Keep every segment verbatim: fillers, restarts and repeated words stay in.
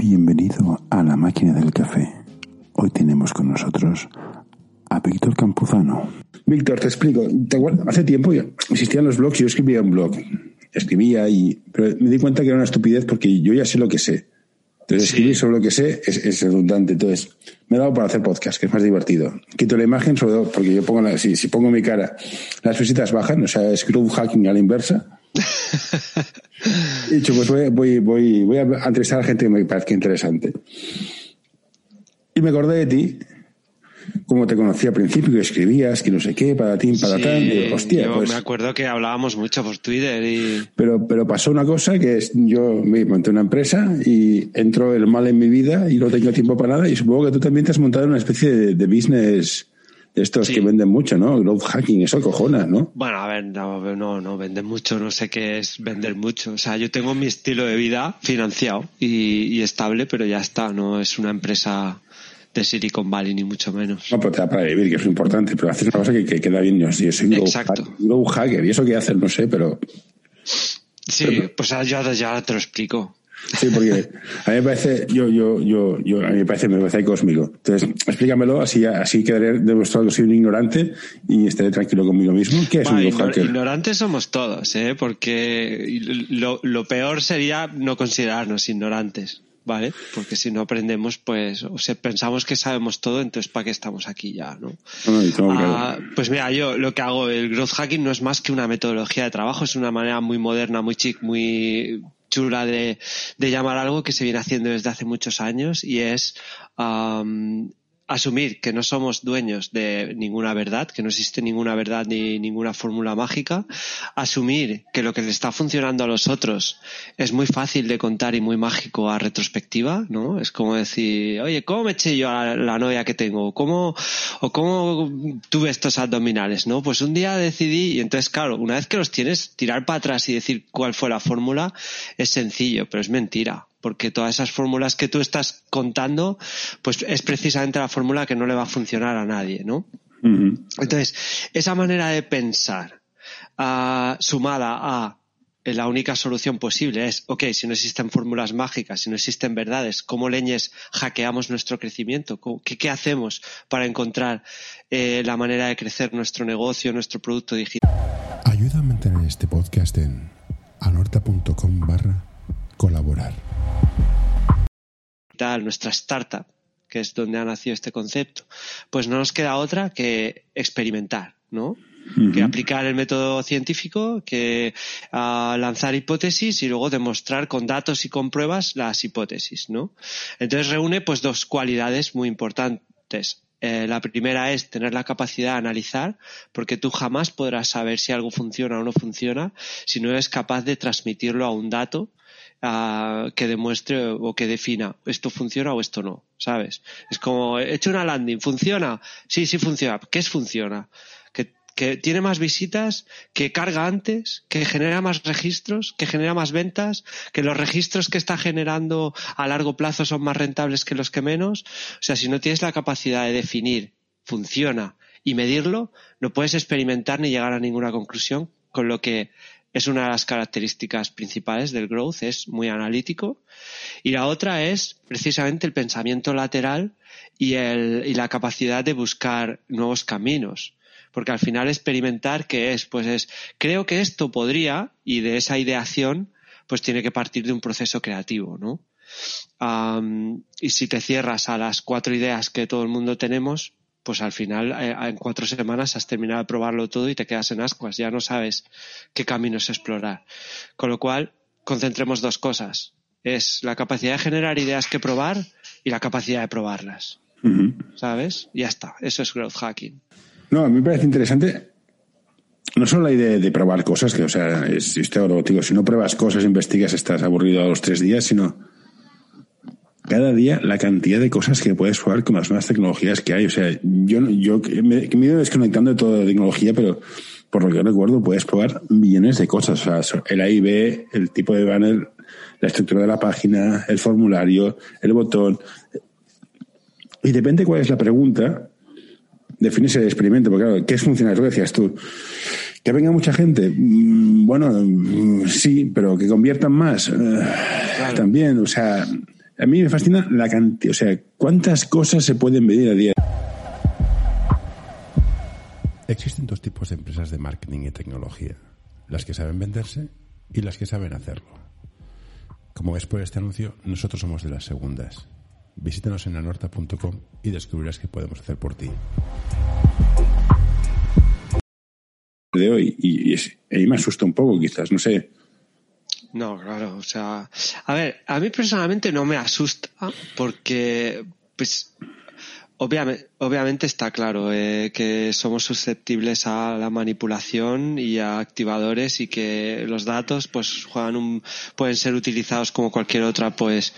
Bienvenido a La Máquina del Café. Hoy tenemos con nosotros a Víctor Campuzano. Víctor, te explico. ¿Te acuerdas? Hace tiempo ya existían los blogs y yo escribía un blog. Escribía y... Pero me di cuenta que era una estupidez porque yo ya sé lo que sé. Entonces, sí. Escribir sobre lo que sé es, es redundante. Entonces, me he dado para hacer podcast, que es más divertido. Quito la imagen, sobre todo porque yo pongo la, si, si pongo mi cara, las visitas bajan, o sea, es growth hacking a la inversa. Y dicho, pues voy, voy, voy, voy a entrevistar a gente que me parezca interesante. Y me acordé de ti, como te conocí al principio, que escribías, que no sé qué, para ti, para sí, tal. Digo, hostia, yo pues... me acuerdo que hablábamos mucho por Twitter y... Pero, pero pasó una cosa que es, yo me monté una empresa y entró el mal en mi vida y no tengo tiempo para nada, y supongo que tú también te has montado una especie de, de business de estos sí. que venden mucho, ¿no? Growth hacking, eso cojona, ¿no? Bueno, a ver, no, no, no venden mucho, no sé qué es vender mucho. O sea, yo tengo mi estilo de vida financiado y, y estable, pero ya está, no es una empresa de Silicon Valley, ni mucho menos. No, pero te da para vivir, que es lo importante, pero haces una cosa que, que queda bien. Yo, yo soy un growth hacker, growth hacker, y eso que hacer, no sé, pero... Sí, pero... pues ya, ya te lo explico. Sí, porque a mí me parece, yo, yo, yo, yo, a mí me parece, me parece cósmico. Entonces, explícamelo, así, así quedaré demostrado que soy un ignorante y estaré tranquilo conmigo mismo. ¿Qué es bueno, un growth hacker? Ignorantes somos todos, ¿eh? Porque lo, lo peor sería no considerarnos ignorantes, ¿vale? Porque si no aprendemos, pues, o sea, pensamos que sabemos todo, entonces ¿para qué estamos aquí ya, no? no, no ah, pues mira, yo lo que hago, el growth hacking no es más que una metodología de trabajo, es una manera muy moderna, muy chic, muy chula de, de llamar algo que se viene haciendo desde hace muchos años, y es um, asumir que no somos dueños de ninguna verdad, que no existe ninguna verdad ni ninguna fórmula mágica, asumir que lo que le está funcionando a los otros es muy fácil de contar y muy mágico a retrospectiva, ¿no? Es como decir, oye, ¿cómo me eché yo a la novia que tengo? ¿Cómo, o cómo tuve estos abdominales, ¿no? Pues un día decidí, y entonces, claro, una vez que los tienes, tirar para atrás y decir cuál fue la fórmula es sencillo, pero es mentira. Porque todas esas fórmulas que tú estás contando, pues es precisamente la fórmula que no le va a funcionar a nadie, ¿no? Uh-huh. Entonces, esa manera de pensar, uh, sumada a la única solución posible es, ok, si no existen fórmulas mágicas, si no existen verdades, ¿cómo leñes hackeamos nuestro crecimiento? ¿Qué, qué hacemos para encontrar eh, la manera de crecer nuestro negocio, nuestro producto digital? Ayuda a mantener este podcast en anorta.com barra colaborar. Nuestra startup, que es donde ha nacido este concepto, pues no nos queda otra que experimentar, ¿no? Uh-huh. Que aplicar el método científico, que uh, lanzar hipótesis y luego demostrar con datos y con pruebas las hipótesis, ¿no? Entonces reúne pues dos cualidades muy importantes. Eh, la primera es tener la capacidad de analizar, porque tú jamás podrás saber si algo funciona o no funciona si no eres capaz de transmitirlo a un dato Uh, que demuestre o que defina esto funciona o esto no, ¿sabes? Es como, he hecho una landing, ¿funciona? Sí, sí funciona. ¿Qué es funciona? Que, que tiene más visitas, que carga antes, que genera más registros, que genera más ventas, que los registros que está generando a largo plazo son más rentables que los que menos. O sea, si no tienes la capacidad de definir funciona y medirlo, no puedes experimentar ni llegar a ninguna conclusión, con lo que es una de las características principales del growth, es muy analítico. Y la otra es precisamente el pensamiento lateral y, el, y la capacidad de buscar nuevos caminos. Porque al final experimentar, ¿qué es? Pues es, creo que esto podría, y de esa ideación, pues tiene que partir de un proceso creativo, ¿no? Um, y si te cierras a las cuatro ideas que todo el mundo tenemos, pues al final eh, en cuatro semanas has terminado de probarlo todo y te quedas en ascuas, ya no sabes qué caminos explorar. Con lo cual, concentremos dos cosas. Es la capacidad de generar ideas que probar y la capacidad de probarlas. Uh-huh. ¿Sabes? Ya está. Eso es growth hacking. No, a mí me parece interesante no solo la idea de probar cosas, que o sea, es, esto, digo, si no pruebas cosas, investigas, estás aburrido a los tres días, sino cada día la cantidad de cosas que puedes probar con las nuevas tecnologías que hay. O sea, yo, yo me, me he ido desconectando de toda la tecnología, pero por lo que recuerdo puedes probar millones de cosas. O sea, el A I B, el tipo de banner, la estructura de la página, el formulario, el botón. Y depende cuál es la pregunta, defines el experimento. Porque claro, ¿qué es funcional? Lo que decías tú. Que venga mucha gente, bueno, sí, pero que conviertan más, claro. También, o sea... A mí me fascina la cantidad, o sea, cuántas cosas se pueden medir a día. Existen dos tipos de empresas de marketing y tecnología, las que saben venderse y las que saben hacerlo. Como ves por este anuncio, nosotros somos de las segundas. Visítanos en anorta punto com y descubrirás qué podemos hacer por ti. De hoy, y, y, es, y me asusta un poco quizás, no sé. No, claro, o sea, a ver, a mí personalmente no me asusta porque, pues, Obviamente, obviamente está claro eh, que somos susceptibles a la manipulación y a activadores y que los datos pues juegan un, pueden ser utilizados como cualquier otra pues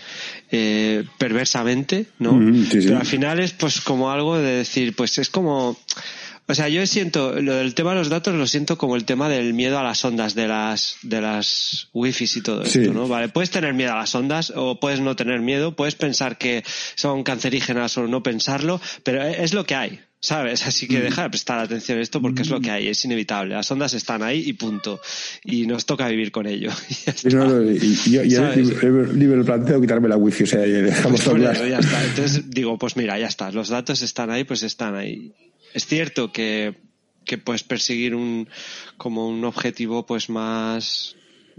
eh, perversamente, ¿no? Mm, sí, sí. Pero al final es pues como algo de decir, pues es como... O sea, yo siento, lo del tema de los datos lo siento como el tema del miedo a las ondas de las, de las wifis y todo sí. esto, ¿no? Vale, puedes tener miedo a las ondas o puedes no tener miedo, puedes pensar que son cancerígenas o no pensarlo, pero es lo que hay, ¿sabes? Así que deja de prestar atención a esto porque es lo que hay, es inevitable. Las ondas están ahí y punto. Y nos toca vivir con ello. Y ya está. No, no, y yo yo libre planteo quitarme la wifi, o sea, dejamos pues todo eso, ya está. Entonces digo, pues mira, ya está. Los datos están ahí, pues están ahí. Es cierto que, que puedes perseguir un, como un objetivo pues más,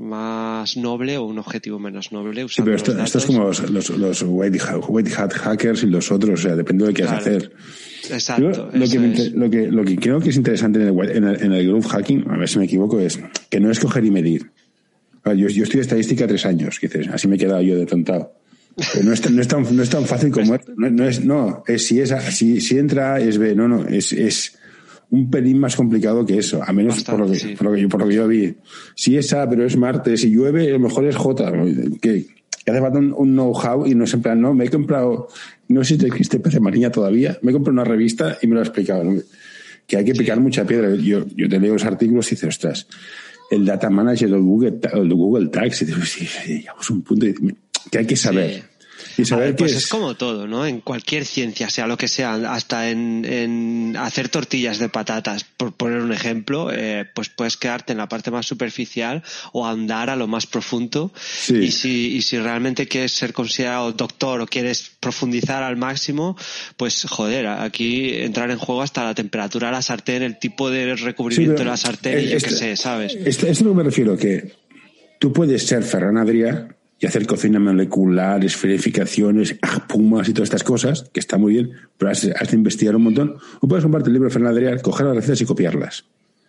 más noble o un objetivo menos noble usando sí, pero esto, los esto es como los, los, los white, white hat hackers y los otros, o sea, depende de lo que claro. vas a hacer. Exacto. Yo, lo, que me, es. lo, que, lo que creo que es interesante en el, en, el, en el growth hacking, a ver si me equivoco, es que no es coger y medir. Yo, yo estudié estadística tres años, que dices, así me he quedado yo de tontado. Pero no es, no es tan no es tan fácil como esto. No, no es no es si es a, si si entra A es B. No, no, es es un pelín más complicado que eso, a menos Bastante, por lo que sí. por lo que yo por lo que yo vi. Si es A pero es martes, si llueve a lo mejor es J, que, que hace falta un, un know-how y no es en plan, no, me he comprado, no sé si existe P C Mariña todavía, me he comprado una revista y me lo ha explicado, ¿no? Que hay que picar sí. mucha piedra. Yo yo te leo los artículos y dices, ostras, el data manager del Google el Google Tags y dices, sí, sí, llegamos a un punto de, que hay que saber. Sí. Y saber ver, pues es... es como todo, ¿no? En cualquier ciencia, sea lo que sea, hasta en, en hacer tortillas de patatas, por poner un ejemplo, eh, pues puedes quedarte en la parte más superficial o andar a lo más profundo. Sí. Y si y si realmente quieres ser considerado doctor o quieres profundizar al máximo, pues joder, aquí entrar en juego hasta la temperatura de la sartén, el tipo de recubrimiento sí, de la sartén y yo qué sé, ¿sabes? Esto, esto es lo que me refiero, que tú puedes ser Ferran Adrià y hacer cocina molecular, esferificaciones, pumas y todas estas cosas, que está muy bien, pero has, has de investigar un montón. O puedes comprarte el libro de Ferran Adrià, coger las recetas y copiarlas.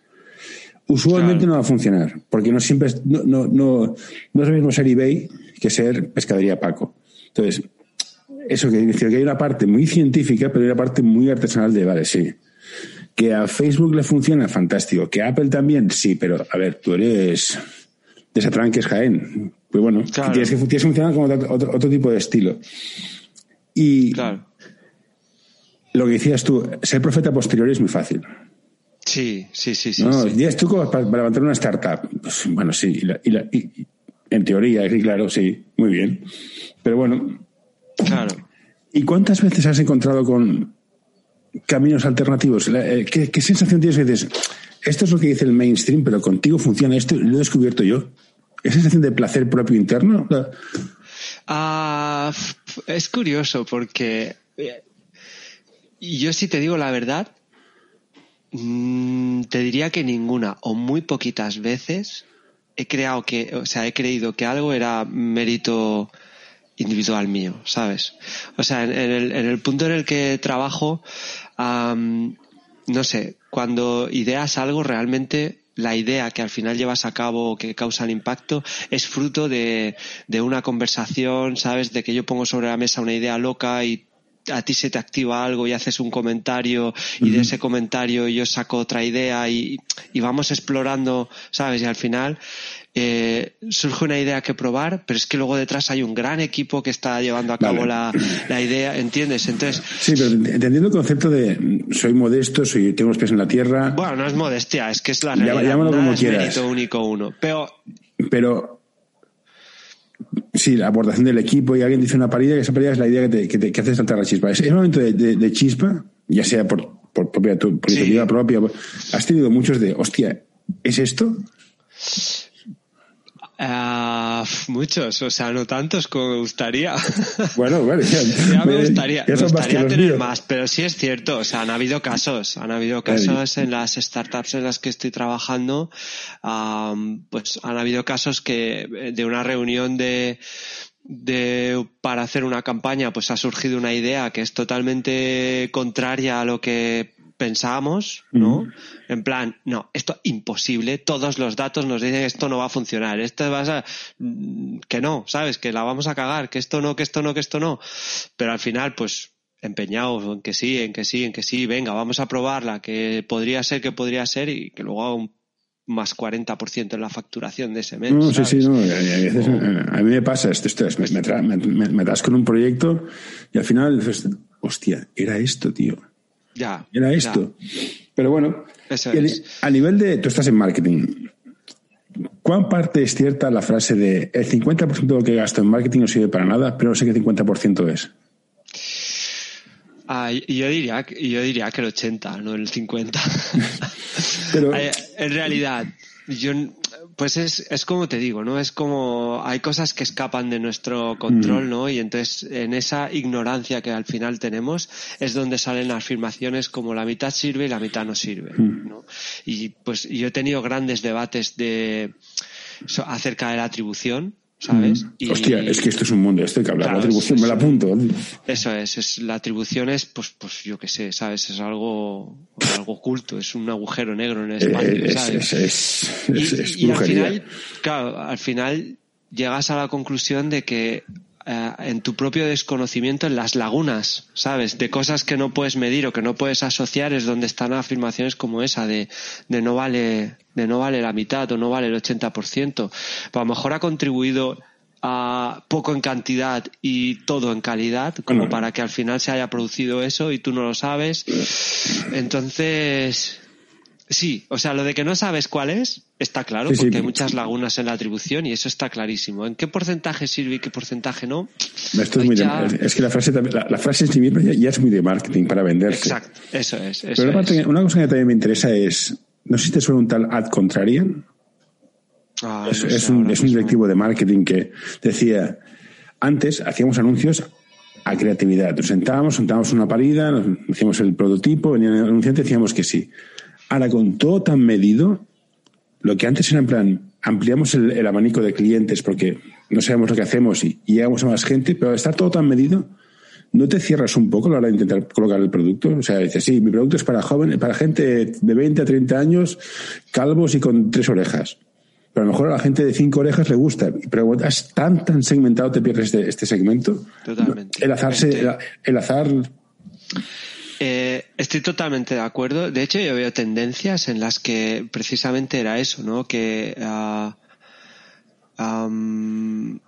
Usualmente claro. no va a funcionar, porque no siempre es, no, no, no, no es lo mismo ser eBay que ser Pescadería Paco. Entonces, eso que decir que hay una parte muy científica, pero hay una parte muy artesanal de, vale, sí. Que a Facebook le funciona, fantástico. Que a Apple también, sí, pero a ver, tú eres de Satranques Jaén. Pues bueno, claro. tienes, que, tienes que funcionar con otro, otro, otro tipo de estilo. Y claro. lo que decías tú, ser profeta posterior es muy fácil. Sí, sí, sí. sí no, sí. días tú para, para levantar una startup. Pues, bueno, sí, y, la, y, la, y en teoría, sí, claro, sí, muy bien. Pero bueno. Claro. ¿Y cuántas veces has encontrado con caminos alternativos? ¿Qué, qué sensación tienes que dices? Esto es lo que dice el mainstream, pero contigo funciona esto y lo he descubierto yo. ¿Esa sensación de placer propio interno? Uh, es curioso porque yo si te digo la verdad te diría que ninguna o muy poquitas veces he creado que, o sea, he creído que algo era mérito individual mío, ¿sabes? O sea, en, en, el, en el punto en el que trabajo, um, no sé, cuando ideas algo realmente la idea que al final llevas a cabo o que causa el impacto es fruto de, de una conversación, ¿sabes? De que yo pongo sobre la mesa una idea loca y a ti se te activa algo y haces un comentario y uh-huh. de ese comentario yo saco otra idea y, y vamos explorando, ¿sabes? Y al final eh, surge una idea que probar, pero es que luego detrás hay un gran equipo que está llevando a cabo vale. la, la idea, ¿entiendes? Entonces sí, pero entendiendo el concepto de soy modesto, soy tengo los pies en la tierra. Bueno, no es modestia, es que es la realidad. Llámalo como es quieras. Mérito único uno. Pero pero sí, la aportación del equipo y alguien dice una parida y esa parida es la idea que te, que te que hace saltar la chispa. Es el momento de, de, de chispa, ya sea por, por propia por iniciativa sí. propia. Has tenido muchos de, hostia, ¿es esto? Uh, muchos, o sea, no tantos como me gustaría. Bueno, bueno, ya, ya me gustaría, ya me gustaría más tener míos. más, pero sí es cierto, o sea, han habido casos, han habido casos en las startups en las que estoy trabajando, um, pues han habido casos que de una reunión de de para hacer una campaña, pues ha surgido una idea que es totalmente contraria a lo que pensábamos, ¿no? Mm. En plan, no, esto es imposible, todos los datos nos dicen que esto no va a funcionar, esto va a ser, que no, ¿sabes? Que la vamos a cagar, que esto no, que esto no, que esto no. Pero al final, pues, empeñados en que sí, en que sí, en que sí, venga, vamos a probarla, que podría ser, que podría ser, y que luego haga un más cuarenta por ciento en la facturación de ese mes. No, ¿sabes? sí, sí, no. A, veces, o... a mí me pasa esto, esto es, me, me, tra, me, me, me das con un proyecto y al final dices, hostia, era esto, tío. Ya. Era esto. Ya. Pero bueno, Eso el, es. a nivel de, tú estás en marketing, ¿cuán parte es cierta la frase de el cincuenta por ciento de lo que gasto en marketing no sirve para nada, pero no sé qué cincuenta por ciento es? Ah, yo diría, yo diría que el ochenta, no el cincuenta. Pero... En realidad, yo, pues es, es como te digo, ¿no? Es como, hay cosas que escapan de nuestro control, ¿no? Y entonces, en esa ignorancia que al final tenemos, es donde salen afirmaciones como la mitad sirve y la mitad no sirve, ¿no? Y pues yo he tenido grandes debates de, acerca de la atribución, ¿sabes? Mm. Y, Hostia, es que esto es un mundo, esto hay que hablar, claro, la atribución, me la apunto. Eso es, es, la atribución es, pues, pues yo qué sé, ¿sabes? Es algo, algo oculto, es un agujero negro en el espacio, es, ¿sabes? Es, es, es, y, es y al final, claro, al final llegas a la conclusión de que eh, en tu propio desconocimiento, en las lagunas, ¿sabes? De cosas que no puedes medir o que no puedes asociar es donde están afirmaciones como esa de, de no vale, de no vale la mitad o no vale el ochenta por ciento. Pero a lo mejor ha contribuido a poco en cantidad y todo en calidad, como bueno. para que al final se haya producido eso y tú no lo sabes. Entonces, sí, o sea, lo de que no sabes cuál es, está claro, sí, porque sí. hay muchas lagunas en la atribución y eso está clarísimo. ¿En qué porcentaje sirve y qué porcentaje no? Esto es, muy ya... de, es que la frase, la, la frase en sí misma ya, ya es muy de marketing para venderse. Exacto, eso es. Eso Pero es. Una, una cosa que también me interesa es, no sé si te suena un tal ad contrarian. Ah, es, no es, sé, un, es un mismo. directivo de marketing que decía, antes hacíamos anuncios a creatividad. Nos sentábamos, sentábamos una parida, nos hacíamos el prototipo, venía el anunciante y decíamos que sí. Ahora, con todo tan medido, lo que antes era en plan, ampliamos el, el abanico de clientes porque no sabemos lo que hacemos y, y llegamos a más gente, pero al estar todo tan medido, ¿no te cierras un poco a la hora de intentar colocar el producto? O sea, dices, sí, mi producto es para jóvenes, para gente de veinte a treinta años, calvos y con tres orejas. Pero a lo mejor a la gente de cinco orejas le gusta. Pero es tan, tan segmentado, te pierdes este, este segmento. Totalmente. El azar, se, el, el azar... Eh, estoy totalmente de acuerdo. De hecho, yo veo tendencias en las que precisamente era eso, ¿no? Que uh, um,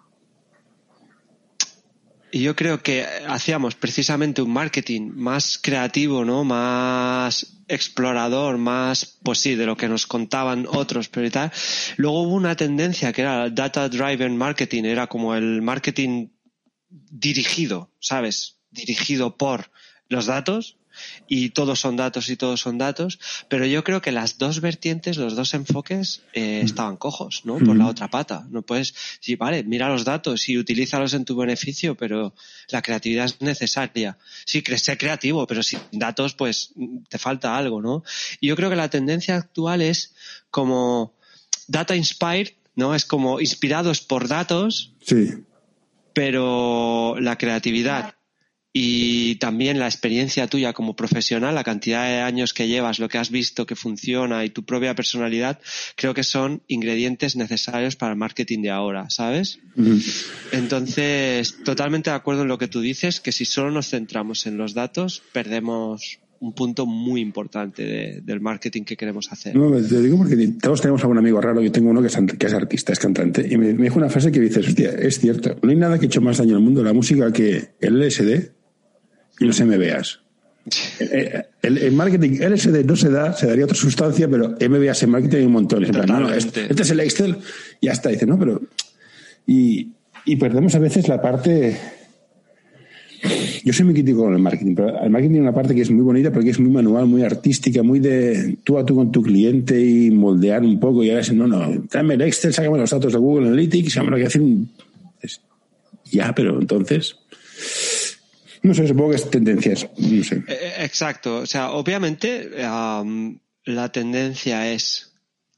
y yo creo que hacíamos precisamente un marketing más creativo, ¿no? Más explorador, más, pues sí, de lo que nos contaban otros, pero y tal. Luego hubo una tendencia que era data driven marketing, era como el marketing dirigido, ¿sabes? Dirigido por los datos. Y todos son datos y todos son datos, pero yo creo que las dos vertientes, los dos enfoques eh, estaban cojos, ¿no? Por la otra pata. No puedes, sí, vale, mira los datos y utilízalos en tu beneficio, pero la creatividad es necesaria. Sí, sé creativo, pero sin datos, pues te falta algo, ¿no? Y yo creo que la tendencia actual es como data inspired, ¿no? Es como inspirados por datos, sí, pero la creatividad y también la experiencia tuya como profesional, la cantidad de años que llevas, lo que has visto que funciona y tu propia personalidad, creo que son ingredientes necesarios para el marketing de ahora, ¿sabes? Uh-huh. Entonces, totalmente de acuerdo en lo que tú dices, que si solo nos centramos en los datos, perdemos un punto muy importante de, del marketing que queremos hacer. No, te digo porque todos tenemos algún amigo raro. Yo tengo uno que es, que es artista, es cantante, y me, me dijo una frase que dices, hostia, es cierto, no hay nada que ha hecho más daño al mundo la música que el L S D y los M B As. El, el marketing L S D no se da, se daría otra sustancia, pero M B As en marketing hay un montón. En plan, no, no, este, este es el Excel, y ya está. Dice, no, pero... Y, y perdemos a veces la parte... yo soy muy crítico con el marketing, pero el marketing tiene una parte que es muy bonita, pero que es muy manual, muy artística, muy de tú a tú con tu cliente y moldear un poco y ahora no, no, dame el Excel, sácame los datos de Google Analytics, y que hacer un... Ya, pero entonces... No sé, supongo que es tendencias, no sé. Exacto, o sea, obviamente um, la tendencia es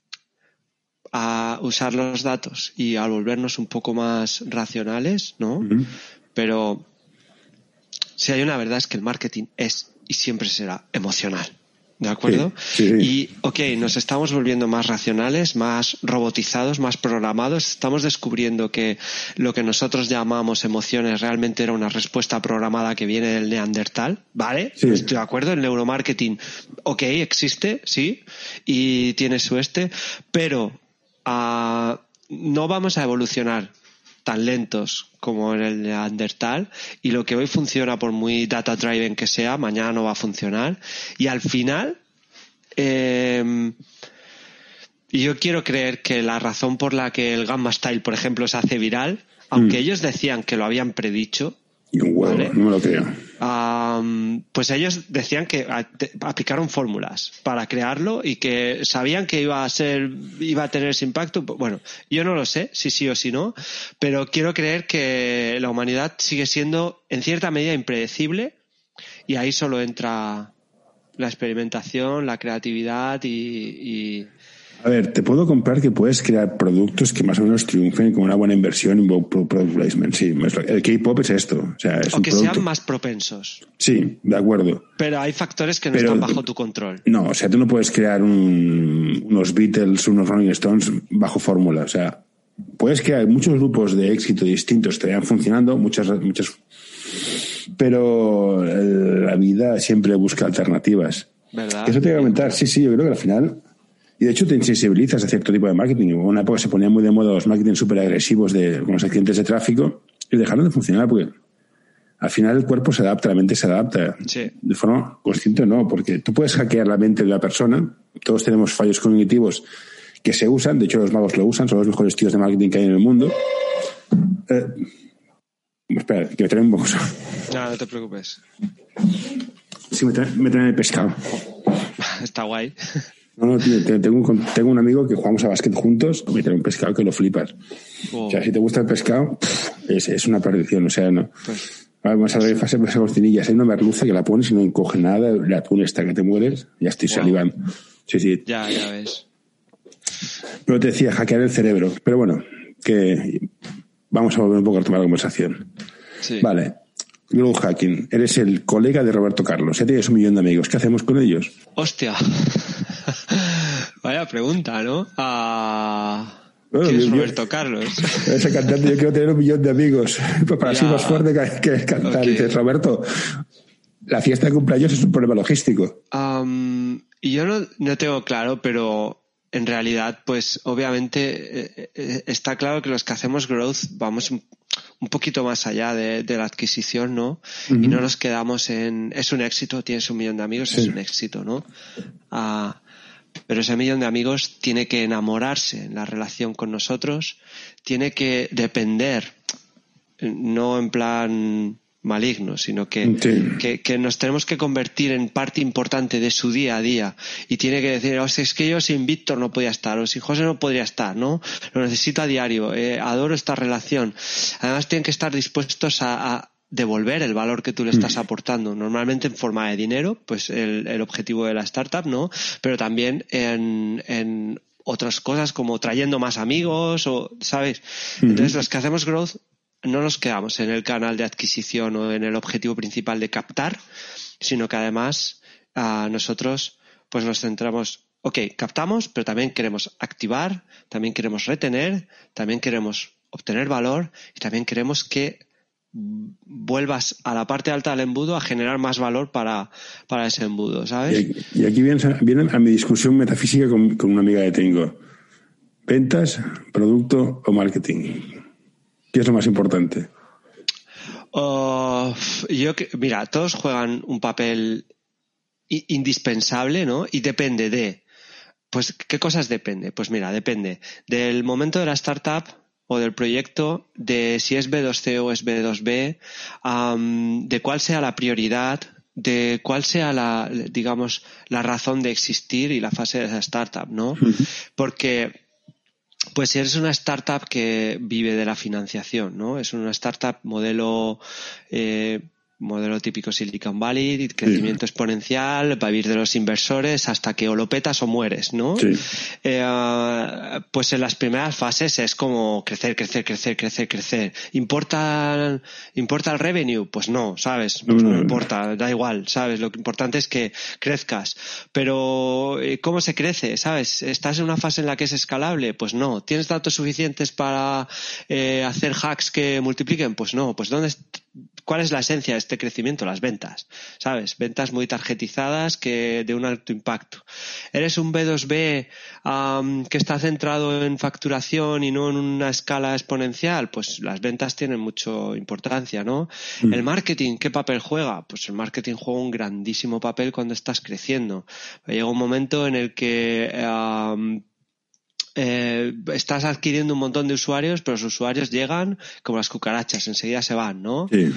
a usar los datos y a volvernos un poco más racionales, ¿no? Uh-huh. Pero si hay una verdad es que el marketing es y siempre será emocional, ¿de acuerdo? Sí, sí, sí. Y, ok, nos estamos volviendo más racionales, más robotizados, más programados. Estamos descubriendo que lo que nosotros llamamos emociones realmente era una respuesta programada que viene del Neandertal, ¿vale? Sí. Estoy de acuerdo, el neuromarketing, ok, existe, sí, y tiene su este, pero uh, no vamos a evolucionar tan lentos como en el Neandertal, y lo que hoy funciona, por muy data driven que sea, mañana no va a funcionar, y al final eh, yo quiero creer que la razón por la que el Gamma Style, por ejemplo, se hace viral, aunque mm. ellos decían que lo habían predicho, y un huevo, ¿vale? No me lo creo. Um, pues ellos decían que aplicaron fórmulas para crearlo y que sabían que iba a ser, iba a tener ese impacto. Bueno, yo no lo sé si sí o si no, pero quiero creer que la humanidad sigue siendo en cierta medida impredecible, y ahí solo entra la experimentación, la creatividad y, y... A ver, te puedo comprar que puedes crear productos que más o menos triunfen con una buena inversión en product placement. Sí, el K-pop es esto. O, sea, es o un que producto... sean más propensos. Sí, de acuerdo. Pero hay factores que no Pero, están bajo tu control. No, o sea, tú no puedes crear un, unos Beatles, unos Rolling Stones bajo fórmula. O sea, puedes crear muchos grupos de éxito distintos que vayan funcionando, muchas, muchas, pero la vida siempre busca alternativas. ¿Verdad? Eso te voy a comentar. Sí, sí, yo creo que al final... Y de hecho te insensibilizas a cierto tipo de marketing. En una época se ponían muy de moda los marketing súper agresivos de, con los accidentes de tráfico, y dejaron de funcionar porque al final el cuerpo se adapta, la mente se adapta. Sí. De forma consciente o no, porque tú puedes hackear la mente de la persona. Todos tenemos fallos cognitivos que se usan. De hecho, los magos lo usan. Son los mejores tíos de marketing que hay en el mundo. Eh, espera, que me traen un poco. No, no te preocupes. Sí, me traen, me traen el pescado. Está guay. No, no, tío, tengo un, tengo un amigo que jugamos a básquet juntos, me trae un pescado que lo flipas. Oh. O sea, si te gusta el pescado, es, es una perdición, o sea, no. Pues, vamos a ver, fase de cortinillas, hay una merluza que la pones y no encoge nada, el atún está que te mueres, ya estoy wow. salivando. Sí, sí. Ya, ya ves. Pero te decía, hackear el cerebro. Pero bueno, que vamos a volver un poco a tomar la conversación. Sí. Vale. Growth Hacking, eres el colega de Roberto Carlos, ya tienes un millón de amigos, ¿qué hacemos con ellos? Hostia, vaya pregunta, ¿no? Ah, bueno, ¿quién es yo, Roberto Carlos? Ese cantante, yo quiero tener un millón de amigos, para así más fuerte que, que cantar. Okay. Y dices, Roberto, la fiesta de cumpleaños es un problema logístico. Um, y yo no, no tengo claro, pero en realidad, pues obviamente eh, está claro que los que hacemos growth vamos un, un poquito más allá de, de la adquisición, ¿no? Uh-huh. Y no nos quedamos en es un éxito, tienes un millón de amigos, sí. Es un éxito, ¿no? Uh, pero ese millón de amigos tiene que enamorarse en la relación con nosotros, tiene que depender, no en plan maligno, sino que, sí. que, que nos tenemos que convertir en parte importante de su día a día, y tiene que decir, o sea, es que yo sin Víctor no podía estar, o sin José no podría estar, ¿no? Lo necesito a diario, eh, adoro esta relación. Además tienen que estar dispuestos a, a devolver el valor que tú le estás aportando, normalmente en forma de dinero, pues el, el objetivo de la startup, ¿no? Pero también en, en otras cosas como trayendo más amigos, o, ¿sabes? Entonces, los que hacemos growth no nos quedamos en el canal de adquisición o en el objetivo principal de captar, sino que además uh, nosotros pues nos centramos, ok, captamos, pero también queremos activar, también queremos retener, también queremos obtener valor, y también queremos que vuelvas a la parte alta del embudo a generar más valor para, para ese embudo, ¿sabes? Y, y aquí vienen, vienen a mi discusión metafísica con, con una amiga que tengo. ¿Ventas, producto o marketing? ¿Qué es lo más importante? Uh, yo mira, todos juegan un papel indispensable, ¿no? Y depende de, pues, ¿qué cosas depende? Pues mira, depende del momento de la startup, o del proyecto, de si es B dos C o es B dos B, um, de cuál sea la prioridad, de cuál sea la, digamos, la razón de existir y la fase de esa startup, ¿no? Uh-huh. Porque, pues si eres una startup que vive de la financiación, ¿no? Es una startup modelo, eh, modelo típico Silicon Valley, crecimiento sí. exponencial, va a vivir de los inversores hasta que o lo petas o mueres, ¿no? Sí. Eh, pues en las primeras fases es como crecer, crecer, crecer, crecer, crecer. ¿Importa, ¿Importa el revenue? Pues no, ¿sabes? Pues no, no importa, da igual, ¿sabes? Lo importante es que crezcas. Pero, ¿cómo se crece? ¿Sabes? ¿Estás en una fase en la que es escalable? Pues no. ¿Tienes datos suficientes para eh, hacer hacks que multipliquen? Pues no. Pues ¿dónde ¿cuál es la esencia de este crecimiento? Las ventas, ¿sabes? Ventas muy targetizadas que de un alto impacto. ¿Eres un B dos B um, que está centrado en facturación y no en una escala exponencial? Pues las ventas tienen mucha importancia, ¿no? Mm. ¿El marketing qué papel juega? Pues el marketing juega un grandísimo papel cuando estás creciendo. Llega un momento en el que um, Eh, estás adquiriendo un montón de usuarios, pero los usuarios llegan como las cucarachas, enseguida se van, ¿no? Sí.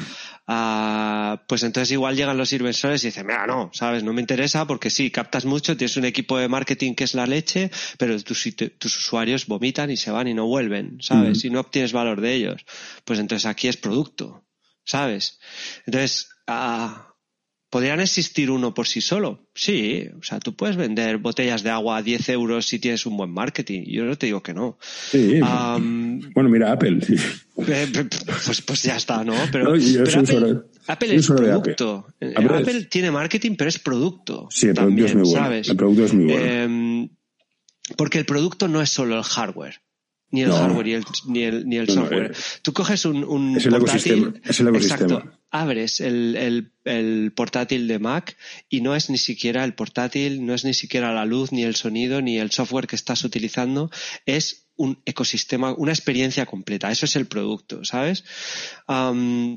Uh, pues entonces igual llegan los inversores y dicen, mira, no, ¿sabes? No me interesa porque sí, captas mucho, tienes un equipo de marketing que es la leche, pero tus, tus usuarios vomitan y se van y no vuelven, ¿sabes? Uh-huh. Y no obtienes valor de ellos. Pues entonces aquí es producto, ¿sabes? Entonces, uh, ¿podrían existir uno por sí solo? Sí, o sea, tú puedes vender botellas de agua a diez euros si tienes un buen marketing. Yo no te digo que no. Sí. Um, bueno, mira, Apple. Eh, pues, pues ya está, ¿no? Pero, no, pero Apple, sobre, Apple es producto. Apple. Apple, Apple tiene marketing, pero es producto. Sí, el también, producto es muy bueno. ¿sabes? El producto es muy bueno. Eh, porque el producto no es solo el hardware. Ni el no. hardware ni el, ni el, ni el no, software. No, eh, Tú coges un, un es el portátil, ecosistema. Es el ecosistema. Exacto, abres el, el, el portátil de Mac y no es ni siquiera el portátil, no es ni siquiera la luz, ni el sonido, ni el software que estás utilizando. Es un ecosistema, una experiencia completa. Eso es el producto, ¿sabes? Um,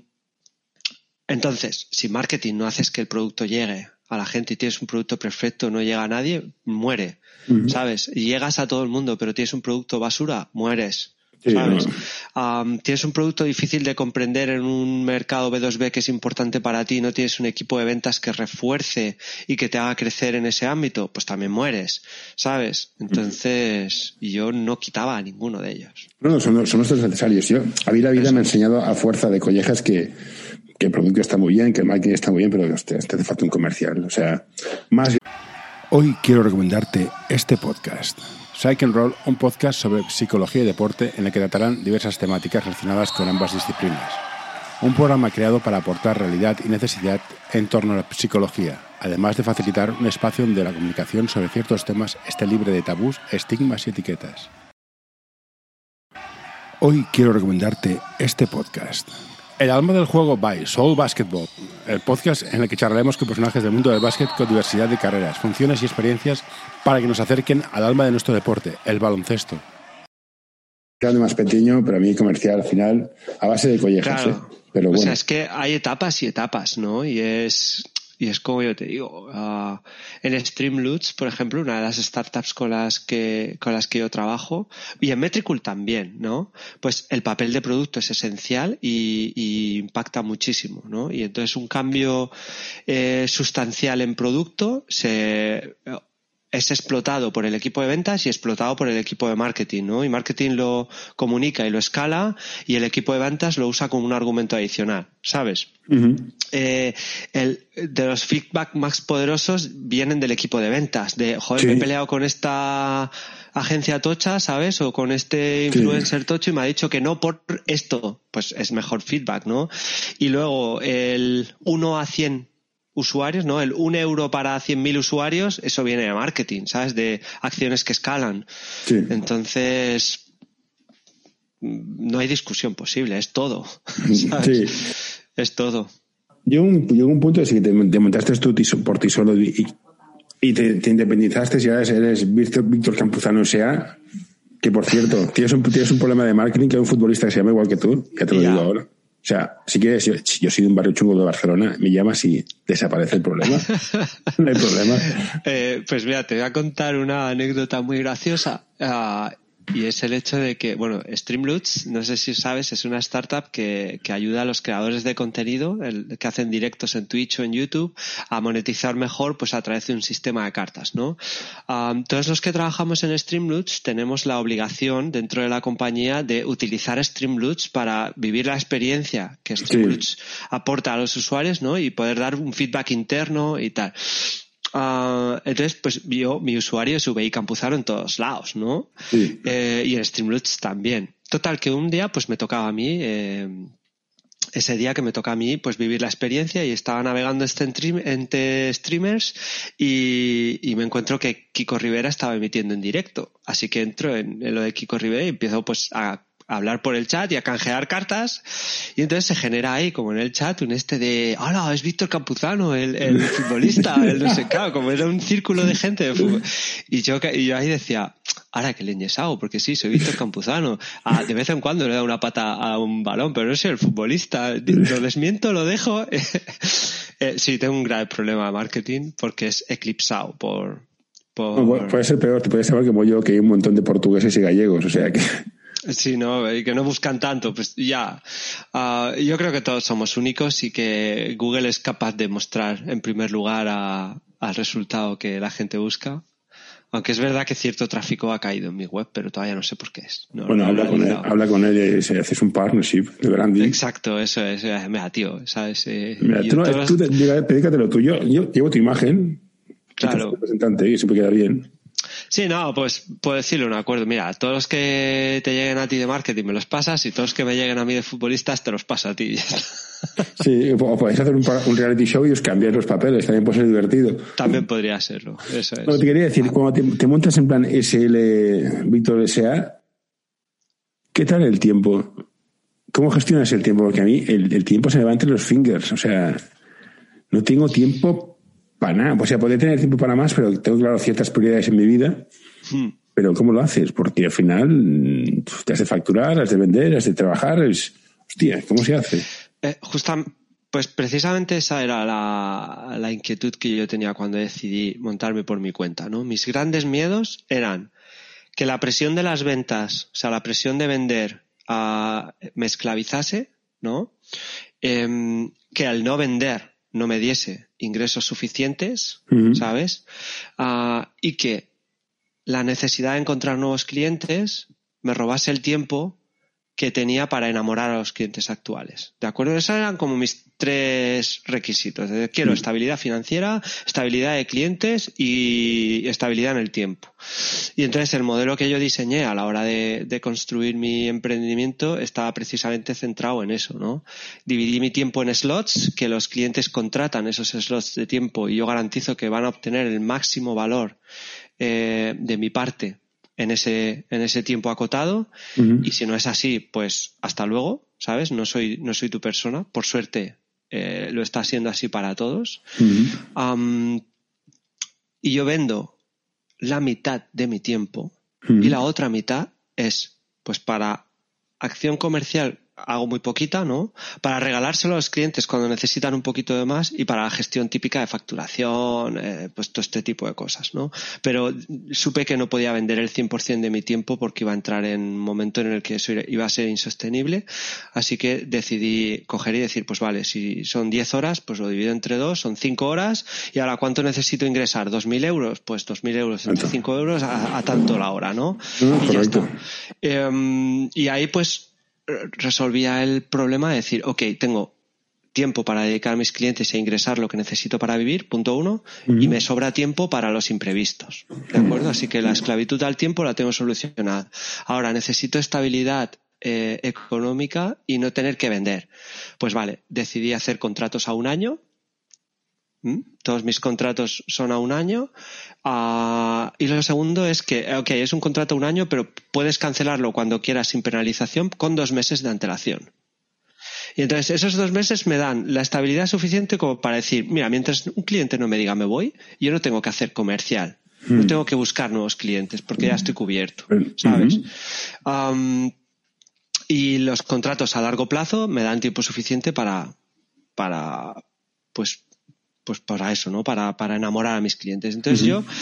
entonces, si marketing no haces que el producto llegue a la gente y tienes un producto perfecto, no llega a nadie, muere, uh-huh. ¿sabes? Y llegas a todo el mundo, pero tienes un producto basura, mueres, ¿sabes? Sí, no. um, tienes un producto difícil de comprender en un mercado B dos B que es importante para ti, no tienes un equipo de ventas que refuerce y que te haga crecer en ese ámbito, pues también mueres, ¿sabes? Entonces, uh-huh. yo no quitaba a ninguno de ellos. No, no, son, son nuestros necesarios. Yo, a mí la vida Eso. me ha enseñado a fuerza de collejas que que el producto está muy bien, que el marketing está muy bien, pero hostia, te hace falta un comercial. O sea, más... Hoy quiero recomendarte este podcast. Psych and Roll, un podcast sobre psicología y deporte en el que tratarán diversas temáticas relacionadas con ambas disciplinas. Un programa creado para aportar realidad y necesidad en torno a la psicología, además de facilitar un espacio donde la comunicación sobre ciertos temas esté libre de tabús, estigmas y etiquetas. Hoy quiero recomendarte este podcast. El alma del juego by Soul Basketball, el podcast en el que charlaremos con personajes del mundo del básquet con diversidad de carreras, funciones y experiencias para que nos acerquen al alma de nuestro deporte, el baloncesto. Grande más pequeño, pero a mí comercial al final, a base de collejas. Claro. ¿eh? Pero bueno. O sea, es que hay etapas y etapas, ¿no? Y es... Y es como yo te digo, uh, en Streamloots, por ejemplo, una de las startups con las que con las que yo trabajo, y en Metricool también, ¿no? Pues el papel de producto es esencial y, y impacta muchísimo, ¿no? Y entonces un cambio eh, sustancial en producto se es explotado por el equipo de ventas y explotado por el equipo de marketing, ¿no? Y marketing lo comunica y lo escala y el equipo de ventas lo usa como un argumento adicional, ¿sabes? Uh-huh. Eh, el, de los feedback más poderosos vienen del equipo de ventas, de, joder, sí. me he peleado con esta agencia tocha, ¿sabes? O con este influencer sí. tocho y me ha dicho que no por esto, pues es mejor feedback, ¿no? Y luego el uno a cien usuarios, ¿no? El un euro para cien mil usuarios, eso viene de marketing, ¿sabes? De acciones que escalan. Sí. Entonces, no hay discusión posible, es todo, ¿sabes? Sí. Es todo. Llegó un, llegó un punto de que te, te montaste tú por ti solo y, y te, te independizaste y ahora eres Víctor, Víctor Campuzano S A, que por cierto, tienes un, tienes un problema de marketing, que hay un futbolista que se llama igual que tú, ya te lo ya. digo ahora. O sea, si quieres, yo, yo soy de un barrio chungo de Barcelona, me llamas y desaparece el problema. No hay problema. Eh, pues mira, te voy a contar una anécdota muy graciosa. Uh, y es el hecho de que, bueno, Streamloots, no sé si sabes, es una startup que, que ayuda a los creadores de contenido, el, que hacen directos en Twitch o en YouTube, a monetizar mejor pues a través de un sistema de cartas, ¿no? Um, todos los que trabajamos en Streamloots tenemos la obligación dentro de la compañía de utilizar Streamloots para vivir la experiencia que Streamloots sí. aporta a los usuarios, ¿no? Y poder dar un feedback interno y tal. Uh, entonces, pues yo, mi usuario es V I Campuzano en todos lados, ¿no? Sí. Eh, y en Streamloots también. Total, que un día pues me tocaba a mí, eh, ese día que me toca a mí pues vivir la experiencia y estaba navegando entre streamers y, y me encuentro que Kiko Rivera estaba emitiendo en directo. Así que entro en, en lo de Kiko Rivera y empiezo pues a a hablar por el chat y a canjear cartas, y entonces se genera ahí como en el chat un este de ¡hola! Es Víctor Campuzano, el, el futbolista, el no sé qué, como era un círculo de gente de fútbol. Y yo, y yo ahí decía, ahora que leñes hago, porque sí, soy Víctor Campuzano. Ah, de vez en cuando le da una pata a un balón, pero no soy el futbolista. Lo desmiento, lo dejo. eh, sí, tengo un grave problema de marketing porque es eclipsado por... por... No, puede ser peor, te puedes saber como yo, que hay un montón de portugueses y gallegos, o sea que... Sí, no, y que no buscan tanto, pues ya. Uh, yo creo que todos somos únicos y que Google es capaz de mostrar en primer lugar a, al resultado que la gente busca. Aunque es verdad que cierto tráfico ha caído en mi web, pero todavía no sé por qué es. No, bueno, no habla, con él, habla con él y se haces un partnership de branding. Exacto, eso es. Mira, tío, ¿sabes? Eh, Mira, tú, no, todos... tú dedícate lo tuyo. Yo llevo tu imagen. Claro. Representante y siempre queda bien. Sí, no, pues puedo decirle un acuerdo. Mira, todos los que te lleguen a ti de marketing me los pasas y todos los que me lleguen a mí de futbolistas te los paso a ti. Sí, o podéis hacer un, un reality show y os cambiáis los papeles, también puede ser divertido. También podría serlo, eso es. No, te quería decir, cuando te, te montas en plan S L Víctor S A, ¿qué tal el tiempo? ¿Cómo gestionas el tiempo? Porque a mí el, el tiempo se me va entre los fingers, o sea, no tengo tiempo para nada. O sea, podría tener tiempo para más, pero tengo, claro, ciertas prioridades en mi vida. Hmm. Pero ¿cómo lo haces? Porque al final te has de facturar, has de vender, has de trabajar. Es... Hostia, ¿cómo se hace? Eh, justa, pues precisamente esa era la, la inquietud que yo tenía cuando decidí montarme por mi cuenta, ¿no? Mis grandes miedos eran que la presión de las ventas, o sea, la presión de vender uh, me esclavizase, ¿no? Eh, que al no vender no me diese ingresos suficientes, uh-huh. ¿sabes? Uh, y que la necesidad de encontrar nuevos clientes me robase el tiempo que tenía para enamorar a los clientes actuales. ¿De acuerdo? Esos eran como mis tres requisitos. Quiero uh-huh. estabilidad financiera, estabilidad de clientes y estabilidad en el tiempo. Y entonces el modelo que yo diseñé a la hora de, de construir mi emprendimiento estaba precisamente centrado en eso, ¿no? Dividí mi tiempo en slots, que los clientes contratan esos slots de tiempo y yo garantizo que van a obtener el máximo valor eh, de mi parte en ese, en ese tiempo acotado. Uh-huh. Y si no es así, pues hasta luego, ¿sabes? No soy, no soy tu persona. Por suerte eh, lo está siendo así para todos. Uh-huh. Um, y yo vendo la mitad de mi tiempo uh-huh. y la otra mitad es pues para acción comercial hago muy poquita, ¿no? Para regalárselo a los clientes cuando necesitan un poquito de más y para la gestión típica de facturación, eh, pues todo este tipo de cosas, ¿no? Pero supe que no podía vender el cien por ciento de mi tiempo porque iba a entrar en un momento en el que eso iba a ser insostenible, así que decidí coger y decir, pues vale, si son diez horas, pues lo divido entre dos, son cinco horas, y ahora ¿cuánto necesito ingresar? ¿dos mil euros? Pues dos mil euros entre cinco euros a, a tanto la hora, ¿no? no y ya está. Eh, y ahí pues resolvía el problema de decir, ok, tengo tiempo para dedicar a mis clientes e ingresar lo que necesito para vivir, punto uno, uh-huh. y me sobra tiempo para los imprevistos, ¿de acuerdo? Así que la esclavitud al tiempo la tengo solucionada. Ahora, necesito estabilidad eh, económica y no tener que vender. Pues vale, decidí hacer contratos a un año. ¿Mm? Todos mis contratos son a un año. Uh, y lo segundo es que, ok, es un contrato a un año, pero puedes cancelarlo cuando quieras sin penalización con dos meses de antelación. Y entonces esos dos meses me dan la estabilidad suficiente como para decir, mira, mientras un cliente no me diga me voy, yo no tengo que hacer comercial. Mm. No tengo que buscar nuevos clientes porque ya estoy cubierto, ¿sabes? Mm-hmm. Um, y los contratos a largo plazo me dan tiempo suficiente para, para pues, pues para eso, ¿no? Para, para enamorar a mis clientes. Entonces uh-huh. yo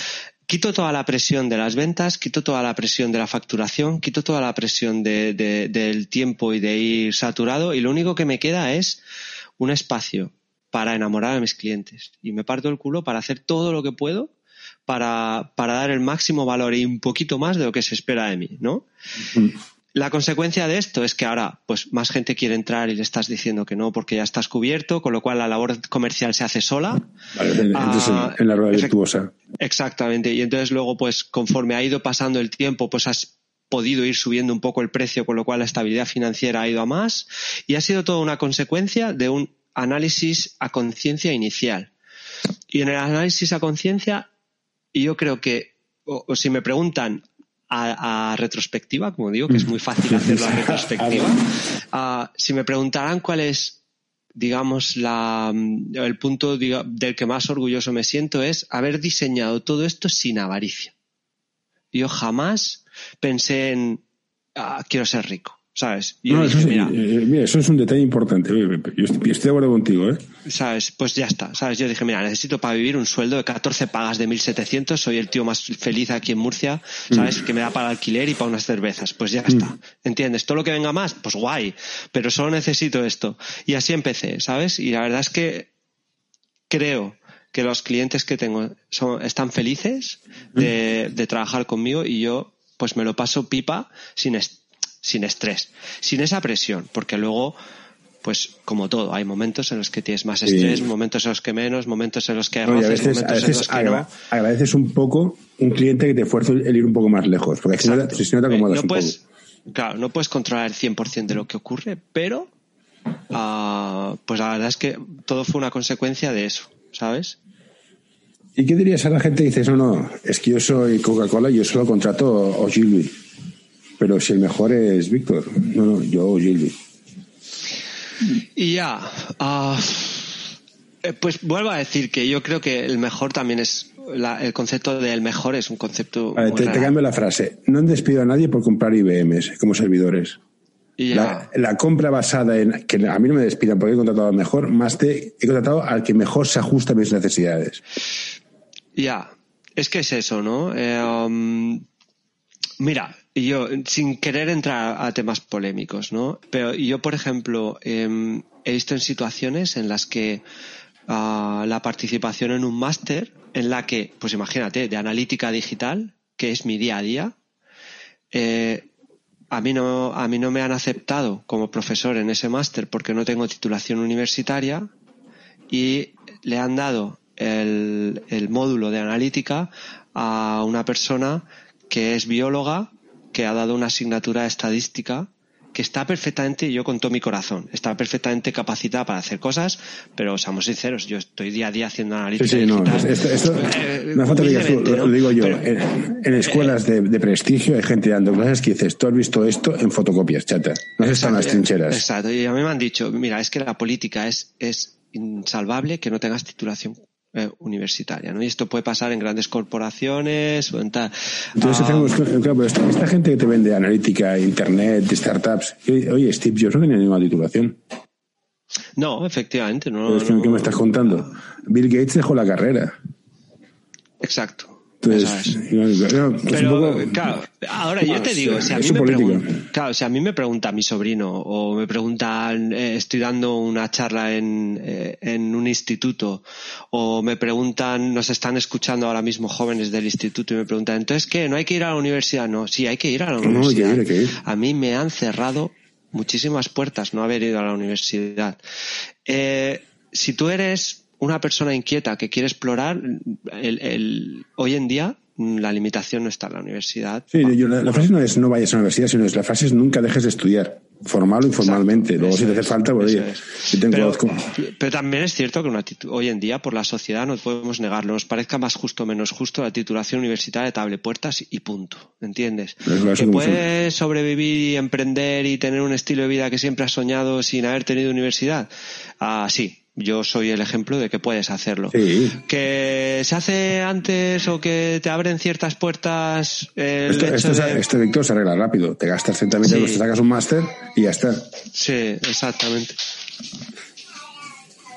quito toda la presión de las ventas, quito toda la presión de la facturación, quito toda la presión de, de, del tiempo y de ir saturado, y lo único que me queda es un espacio para enamorar a mis clientes. Y me parto el culo para hacer todo lo que puedo para, para dar el máximo valor y un poquito más de lo que se espera de mí, ¿no? Mm. La consecuencia de esto es que ahora pues más gente quiere entrar y le estás diciendo que no porque ya estás cubierto, con lo cual la labor comercial se hace sola. Vale, entonces ah, en la rueda virtuosa. Exactamente. Y entonces luego, pues conforme ha ido pasando el tiempo, pues has podido ir subiendo un poco el precio, con lo cual la estabilidad financiera ha ido a más. Y ha sido toda una consecuencia de un análisis a conciencia inicial. Y en el análisis a conciencia, yo creo que, o, o si me preguntan, A, a retrospectiva, como digo, que es muy fácil hacerlo a retrospectiva. Uh, si me preguntaran cuál es, digamos, la, el punto diga, del que más orgulloso me siento, es haber diseñado todo esto sin avaricia. Yo jamás pensé en uh, quiero ser rico, ¿sabes? Yo no, dije, eso, mira, eh, mira, eso es un detalle importante. Yo estoy, estoy de acuerdo contigo, ¿eh? ¿Sabes? Pues ya está, ¿sabes? Yo dije, mira, necesito para vivir un sueldo de catorce pagas de mil setecientos, soy el tío más feliz aquí en Murcia, ¿sabes? Mm. Que me da para el alquiler y para unas cervezas. Pues ya mm. está, ¿entiendes? Todo lo que venga más, pues guay, pero solo necesito esto. Y así empecé, ¿sabes? Y la verdad es que creo que los clientes que tengo son, están felices de, de trabajar conmigo, y yo pues me lo paso pipa sin, est- sin estrés, sin esa presión, porque luego... Pues como todo, hay momentos en los que tienes más estrés, sí. momentos en los que menos, momentos en los que hay roces, no, veces, momentos en los que agra- no. Agradeces un poco un cliente que te esfuerce el ir un poco más lejos, porque si no, si no te acomodas no un puedes, poco. Claro, no puedes controlar el cien por ciento de lo que ocurre, pero uh, pues la verdad es que todo fue una consecuencia de eso, ¿sabes? ¿Y qué dirías a la gente que dices, no, no, es que yo soy Coca-Cola y yo solo contrato Ogilvy, pero si el mejor es Víctor? No, no, yo Ogilvy. Y ya, uh, pues vuelvo a decir que yo creo que el mejor también es, la, el concepto del mejor es un concepto vale, muy te, te cambio la frase. No han despedido a nadie por comprar I B Ms como servidores. La, la compra basada en que a mí no me despidan porque he contratado al mejor, más te he contratado al que mejor se ajusta a mis necesidades. Ya, es que es eso, ¿no? Eh, um, mira, yo, sin querer entrar a temas polémicos, ¿no? Pero yo, por ejemplo, eh, he visto en situaciones en las que uh, la participación en un máster, en la que, pues imagínate, de analítica digital, que es mi día a día, eh, a mí no, a mí no me han aceptado como profesor en ese máster porque no tengo titulación universitaria, y le han dado el, el módulo de analítica a una persona que es bióloga, que ha dado una asignatura de estadística, que está perfectamente, yo con todo mi corazón, está perfectamente capacitada para hacer cosas, pero seamos sinceros, yo estoy día a día haciendo analítica sí, sí, digital. No, esto, esto, eh, no falta que digas tú, ¿no? Lo digo yo, pero, en, en escuelas eh, de, de prestigio hay gente dando clases que dices, tú has visto esto en fotocopias, chata, no se están las trincheras. Exacto, y a mí me han dicho, mira, es que la política es, es insalvable que no tengas titulación Eh, universitaria, ¿no? Y esto puede pasar en grandes corporaciones o en tal. Entonces um, hacemos, claro, pero esta, esta gente que te vende analítica, internet, startups, oye, Steve Jobs no tenía ninguna titulación. No, efectivamente, no. ¿Qué no, me estás contando? Bill Gates dejó la carrera. Exacto. Entonces, no, no, pero poco... claro, ahora yo te digo, si a mí me preguntan, claro, si a mí me pregunta mi sobrino o me preguntan, eh, estoy dando una charla en, eh, en un instituto, o me preguntan, nos están escuchando ahora mismo jóvenes del instituto y me preguntan, entonces ¿qué? ¿No hay que ir a la universidad? No, sí, hay que ir a la universidad. No, hay que ir, hay que ir. A mí me han cerrado muchísimas puertas no haber ido a la universidad. Eh, si tú eres una persona inquieta que quiere explorar, el, el, hoy en día la limitación no está en la universidad. Sí, yo, la, la frase no es no vayas a la universidad, sino es la frase es nunca dejes de estudiar, formal o informalmente. Exacto, luego si te hace es, falta, pues, oye, si te pero, pero también es cierto que una titu- hoy en día por la sociedad no podemos negarlo, nos parezca más justo o menos justo, la titulación universitaria te abre puertas y punto, ¿entiendes? Que puedes sobrevivir y emprender y tener un estilo de vida que siempre has soñado sin haber tenido universidad. Ah, sí. Yo soy el ejemplo de que puedes hacerlo. Sí. Que se hace antes o que te abren ciertas puertas. El esto, hecho esto de... Este Víctor se arregla rápido. Te gastas treinta mil euros, te sacas un máster y ya está. Sí, exactamente.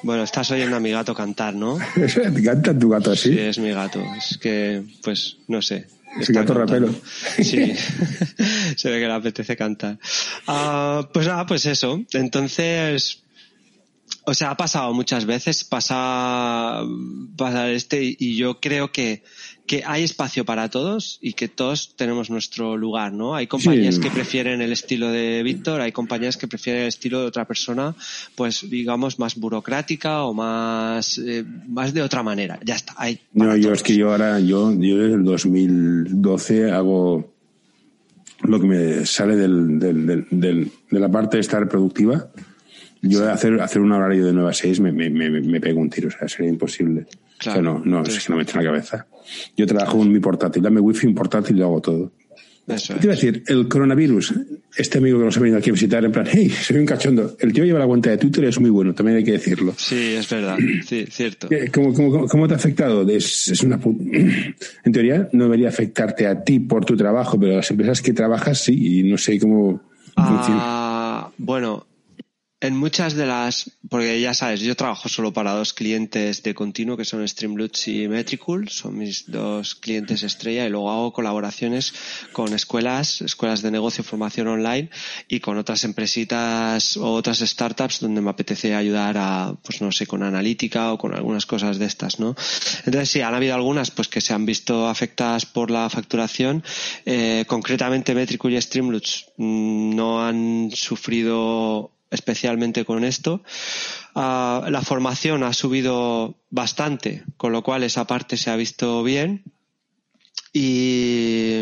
Bueno, estás oyendo a mi gato cantar, ¿no? ¿Te canta tu gato así? Sí, es mi gato. Es que, pues, no sé. Es gato rapero. Sí, se ve que le apetece cantar. Uh, pues nada, pues eso. Entonces, o sea, ha pasado muchas veces, pasa, pasa este, y yo creo que, que hay espacio para todos y que todos tenemos nuestro lugar, ¿no? Hay compañías sí. que prefieren el estilo de Víctor, hay compañías que prefieren el estilo de otra persona, pues digamos más burocrática o más, eh, más de otra manera. Ya está. Hay no, yo todos. Es que yo ahora, yo, yo desde el dos mil doce hago lo que me sale del, del, del, del, de la parte de estar productiva. Yo sí. hacer hacer un horario de nueve a seis me, me, me, me pego un tiro, o sea, sería imposible. Claro. O sea, no, no, Entonces, es que no me echa en la cabeza. Yo trabajo en mi portátil, dame wifi, un portátil y lo hago todo. Eso Te iba a decir, el coronavirus, este amigo que nos ha venido aquí a visitar, en plan, hey, soy un cachondo. El tío lleva la cuenta de Twitter y es muy bueno, también hay que decirlo. Sí, es verdad, sí, cierto. ¿Cómo, cómo, cómo te ha afectado? Es, es una put... En teoría no debería afectarte a ti por tu trabajo, pero a las empresas que trabajas sí, y no sé cómo funciona. Ah, bueno... En muchas de las, porque ya sabes, yo trabajo solo para dos clientes de continuo que son Streamloots y Metricool, son mis dos clientes estrella, y luego hago colaboraciones con escuelas, escuelas de negocio, formación online y con otras empresitas o otras startups donde me apetece ayudar a, pues no sé, con analítica o con algunas cosas de estas, ¿no? Entonces sí, han habido algunas pues que se han visto afectadas por la facturación, eh, concretamente Metricool y Streamloots mmm, no han sufrido especialmente con esto. Uh, la formación ha subido bastante, con lo cual esa parte se ha visto bien. Y,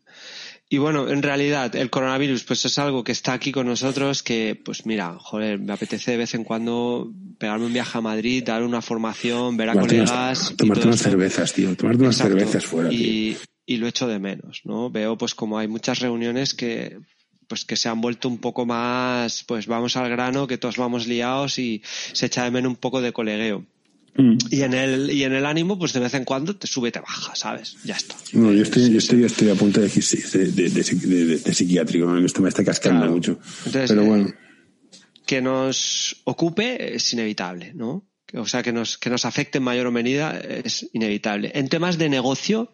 y bueno, en realidad el coronavirus pues es algo que está aquí con nosotros, que pues mira, joder, me apetece de vez en cuando pegarme un viaje a Madrid, dar una formación, ver a tomarte colegas. Unas, tomarte unas esto. cervezas, tío, tomarte unas Exacto. cervezas fuera, tío. Y, y lo echo de menos, ¿no? Veo pues como hay muchas reuniones que pues que se han vuelto un poco más, pues vamos al grano, que todos vamos liados y se echa de menos un poco de colegueo. Mm. Y en el y en el ánimo, pues de vez en cuando te sube, te baja, ¿sabes? Ya está. No, yo estoy, sí, yo estoy, sí. estoy a punto de, de, de, de, de, de, de psiquiátrico, ¿no? Esto me está cascando claro. mucho. Entonces, pero bueno. Eh, que nos ocupe es inevitable, ¿no? O sea, que nos, que nos afecte en mayor o medida es inevitable. En temas de negocio,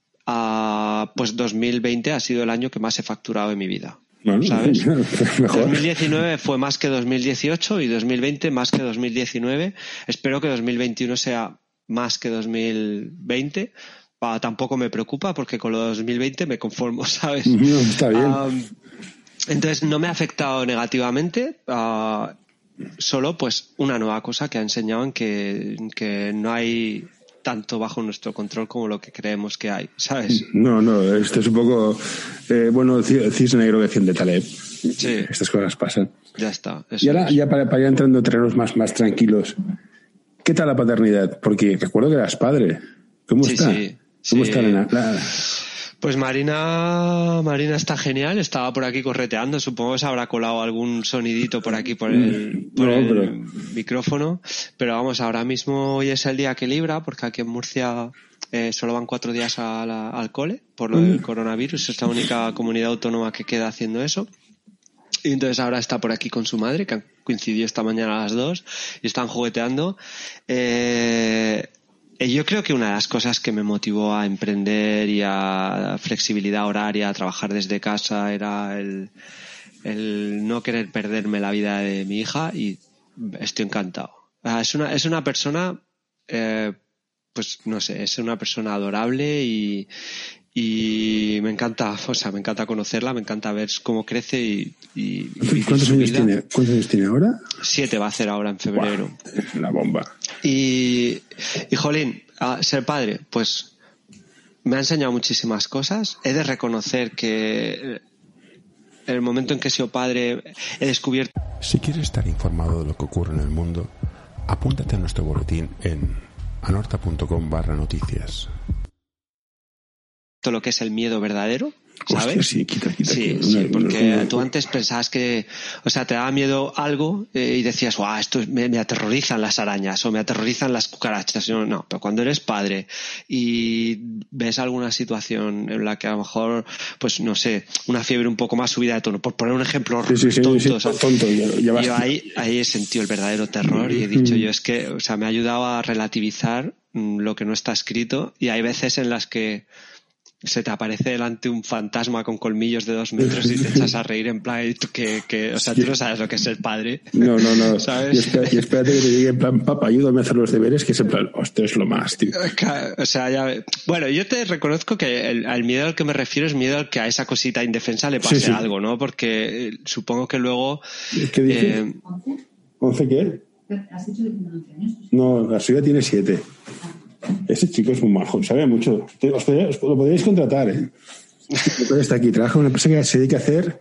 uh, pues dos mil veinte ha sido el año que más he facturado en mi vida. Bueno, ¿sabes? Mejor. dos mil diecinueve fue más que dos mil dieciocho y dos mil veinte más que dos mil diecinueve. Espero que dos mil veintiuno sea más que dos mil veinte. Uh, tampoco me preocupa porque con lo de dos mil veinte me conformo, ¿sabes? No, está bien. Um, entonces no me ha afectado negativamente. Uh, solo pues una nueva cosa que ha enseñado en que, que no hay tanto bajo nuestro control como lo que creemos que hay, ¿sabes? No, no, esto es un poco, eh, bueno, cisne negro que defiende Taleb. Sí. Estas cosas pasan. Ya está. Y ahora, es. ya para, para ir entrando en terrenos más, más tranquilos, ¿qué tal la paternidad? Porque recuerdo que eras padre. ¿Cómo sí, está? Sí, ¿Cómo sí. está, nena? La... Pues Marina, Marina está genial, estaba por aquí correteando, supongo que se habrá colado algún sonidito por aquí por el, por no, el pero... micrófono, pero vamos, ahora mismo hoy es el día que libra, porque aquí en Murcia eh, solo van cuatro días a la, al cole por lo del coronavirus, es la única comunidad autónoma que queda haciendo eso. Y entonces ahora está por aquí con su madre, que coincidió esta mañana a las dos, y están jugueteando. Eh... Yo creo que una de las cosas que me motivó a emprender y a flexibilidad horaria, a trabajar desde casa, era el, el no querer perderme la vida de mi hija, y estoy encantado. Es una, es una persona, eh, pues no sé, es una persona adorable y, y me encanta, o sea, me encanta conocerla, me encanta ver cómo crece y, y ¿Cuántos años vida. tiene? ¿Cuántos años tiene ahora? Siete va a hacer ahora en febrero. Wow, la bomba. Y, y jolín, a ser padre, pues me ha enseñado muchísimas cosas. He de reconocer que en el momento en que he sido padre he descubierto... Si quieres estar informado de lo que ocurre en el mundo, apúntate a nuestro boletín en anorta punto com barra noticias. Lo que es el miedo verdadero, ¿sabes? Hostia, sí, quita, quita, sí, quita. sí, Una, porque una, una, tú antes pensabas que, o sea, te daba miedo algo eh, y decías, guau, esto me, me aterrorizan las arañas o me aterrorizan las cucarachas. No, no, pero cuando eres padre y ves alguna situación en la que a lo mejor, pues no sé, una fiebre un poco más subida de tono, por poner un ejemplo sí, sí, sí, tonto, sí, o sea, tonto ya, ya yo ahí, ahí he sentido el verdadero terror y he dicho yo, es que, o sea, me ha ayudado a relativizar mm, lo que no está escrito, y hay veces en las que se te aparece delante un fantasma con colmillos de dos metros y te echas a reír en plan, que, que o sea, tú no sabes lo que es ser padre. No, no, no. ¿Sabes? Y, espérate, y espérate que te llegue en plan, papá, ayúdame a hacer los deberes, que es en plan, hostia, es lo más, tío. O sea, ya, bueno, yo te reconozco que el, el miedo al que me refiero es miedo al que a esa cosita indefensa le pase sí, sí. algo, ¿no? Porque eh, supongo que luego... ¿Qué dices? Eh, ¿once qué? ¿Has dicho que tiene once años? No, la suya tiene siete. Ese chico es muy majo, sabe mucho. Os podríais, os lo podríais contratar, ¿eh? Está aquí, trabaja en una empresa que se dedica a hacer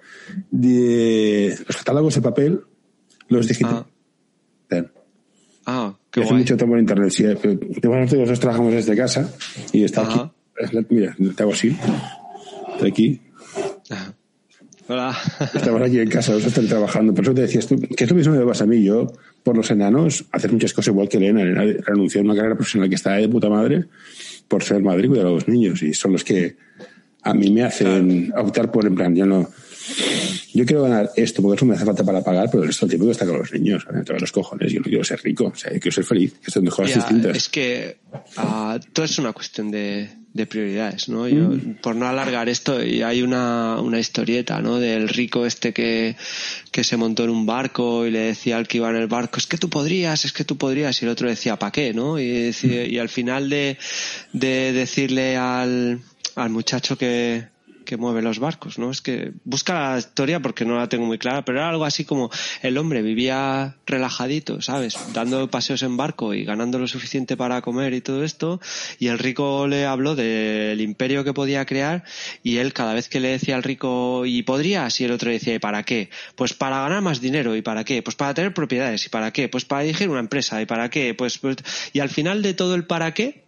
de los catálogos de papel, los digitales. Ah, ah qué y hace guay. mucho tiempo en internet. Sí, pero nosotros trabajamos desde casa y está Ajá. aquí. Mira, te hago así. Está aquí. Ajá. Hola. Estamos aquí en casa, nosotros estamos trabajando. Por eso te decías tú, que es lo mismo que me pasa a mí. Yo, por los enanos, hacer muchas cosas igual que Elena. Elena renunció a una carrera profesional que está de puta madre por ser madre y cuidar a los niños. Y son los que a mí me hacen claro. optar por, en plan, yo no... Yo quiero ganar esto porque eso me hace falta para pagar, pero el resto del tiempo que está con los niños, ¿sabes? Todos los cojones. Yo no quiero ser rico, o sea, yo quiero ser feliz. Que son mejoras ya, distintas. Es que uh, todo es una cuestión de, de prioridades, ¿no? Yo, mm. Por no alargar esto, y hay una, una historieta, ¿no? Del rico este que, que se montó en un barco y le decía al que iba en el barco, es que tú podrías, es que tú podrías, y el otro decía, ¿para qué, no? Y, decía, mm. y al final de, de decirle al, al muchacho que... que mueve los barcos, ¿no? Es que busca la historia porque no la tengo muy clara, pero era algo así como el hombre vivía relajadito, ¿sabes? Dando paseos en barco y ganando lo suficiente para comer y todo esto, y el rico le habló del imperio que podía crear, y él cada vez que le decía al rico, ¿y podrías? Y el otro decía, ¿y para qué? Pues para ganar más dinero. ¿Y para qué? Pues para tener propiedades. ¿Y para qué? Pues para dirigir una empresa. ¿Y para qué? Pues, pues... Y al final de todo el para qué...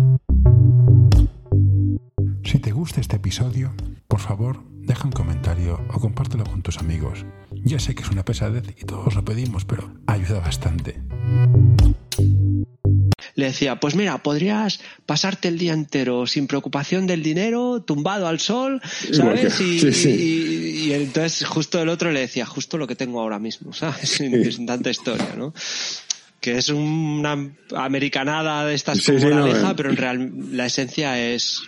Si te gusta este episodio, por favor, deja un comentario o compártelo con tus amigos. Ya sé que es una pesadez y todos lo pedimos, pero ayuda bastante. Le decía, pues mira, podrías pasarte el día entero sin preocupación del dinero, tumbado al sol, ¿sabes? Y, sí, sí. Y, y entonces justo el otro le decía, justo lo que tengo ahora mismo, ¿sabes? Sin, sí. sin tanta historia, ¿no? Que es una americanada de estas sí, como sí, moraleja, no, eh. pero en real la esencia es...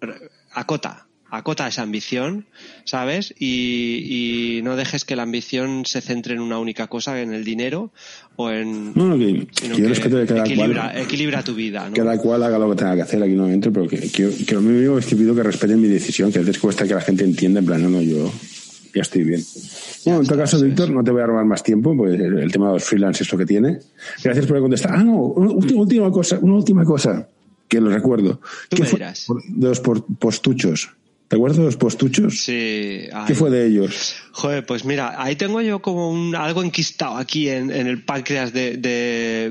acota, acota esa ambición, ¿sabes? Y, y no dejes que la ambición se centre en una única cosa, en el dinero o en... No, no, que, que yo respeto de cada equilibra, cual. Equilibra tu vida, ¿no? Cada cual haga lo que tenga que hacer, aquí no entro, pero que, que, que lo mismo es que pido que respeten mi decisión, que a veces cuesta que la gente entienda, en plan, no, no, yo ya estoy bien. Bueno, en todo caso, Víctor, no te voy a robar más tiempo, pues el, el tema de los freelance es lo que tiene. Gracias por contestar. Ah, no, una última, última cosa, una última cosa. Que lo recuerdo. ¿Tú ¿Qué me fue dirás? De los postuchos. ¿Te acuerdas de los postuchos? Sí. Ay. ¿Qué fue de ellos? Joder, pues mira, ahí tengo yo como un, algo enquistado aquí en, en el páncreas de, de,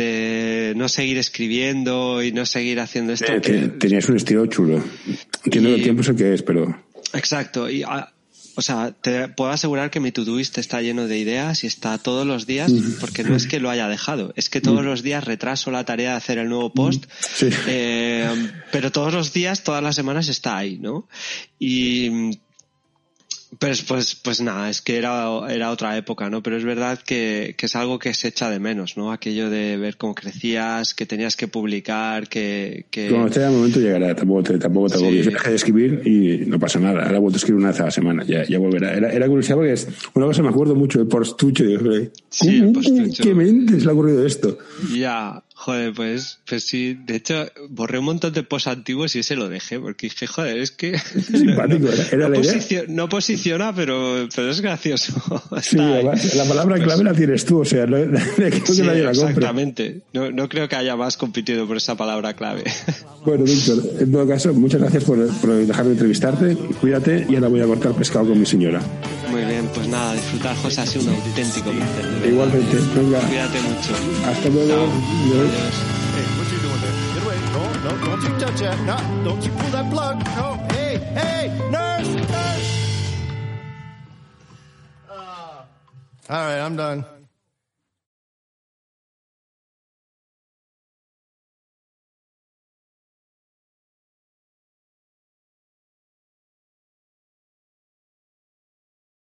de no seguir escribiendo y no seguir haciendo esto. Eh, que... Tenías un estilo chulo. Entiendo y... el tiempo sé que es, pero... Exacto. Y... A... O sea, te puedo asegurar que mi Todoist está lleno de ideas y está todos los días, porque no es que lo haya dejado, es que todos los días retraso la tarea de hacer el nuevo post, sí. eh, pero todos los días, todas las semanas está ahí, ¿no? Y... Pues, pues, pues nada, es que era, era otra época, ¿no? Pero es verdad que, que es algo que se echa de menos, ¿no? Aquello de ver cómo crecías, que tenías que publicar, que... que... Cuando esté el momento llegará, tampoco te, tampoco te agobies. Sí. Yo dejé de escribir y no pasa nada. Ahora he vuelto a escribir una vez a la semana, ya, ya volverá. Era, era curiosidad porque es una cosa, me acuerdo mucho del postucho. Sí, el postucho. ¿Qué mentes le ha ocurrido esto? Ya, joder, pues, pues sí. De hecho, borré un montón de posts antiguos y ese lo dejé, porque dije, joder, es que... Simpático, era, era no, la idea. Posicio, no posiciona, pero, pero es gracioso. Sí, además, la palabra pues, clave la tienes tú, o sea, no, no creo sí, que nadie la compre. Exactamente. No, no creo que haya más competido por esa palabra clave. Bueno, Víctor, en todo caso, muchas gracias por, por dejarme entrevistarte. Cuídate y ahora voy a cortar pescado con mi señora. Muy bien, pues nada, disfrutar, José, ha sido un auténtico placer. Igualmente, venga. Cuídate mucho. Hasta luego. Adiós. Hey, what you doing there? Get away. No, no, don't you touch that. No, don't you pull that plug. No, hey. Hey, hey, nurse, nurse. Uh, all right, I'm done.